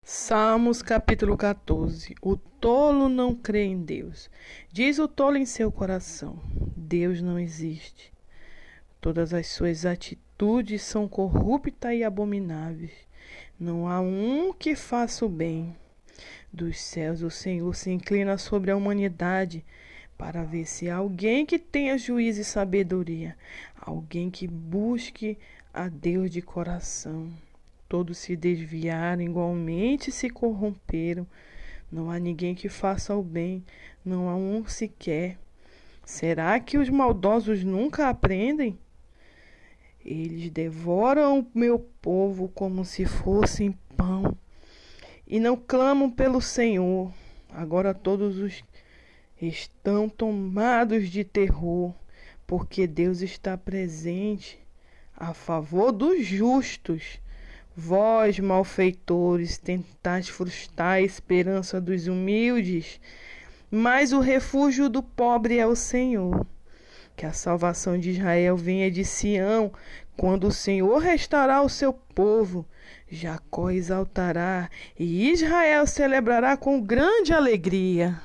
Salmos capítulo 14. O tolo não crê em Deus. Diz o tolo em seu coração: Deus não existe. Todas as suas atitudes são corruptas e abomináveis. Não há um que faça o bem. Dos céus o Senhor se inclina sobre a humanidade para ver se há alguém que tenha juízo e sabedoria, alguém que busque a Deus de coração. Todos se desviaram, igualmente se corromperam. Não há ninguém que faça o bem, não há um sequer. Será que os maldosos nunca aprendem? Eles devoram o meu povo como se fossem pão e não clamam pelo Senhor. Agora todos os estão tomados de terror, porque Deus está presente a favor dos justos. Vós, malfeitores, tentais frustrar a esperança dos humildes, mas o refúgio do pobre é o Senhor. Que a salvação de Israel venha de Sião, quando o Senhor restaurar o seu povo. Jacó exaltará e Israel celebrará com grande alegria.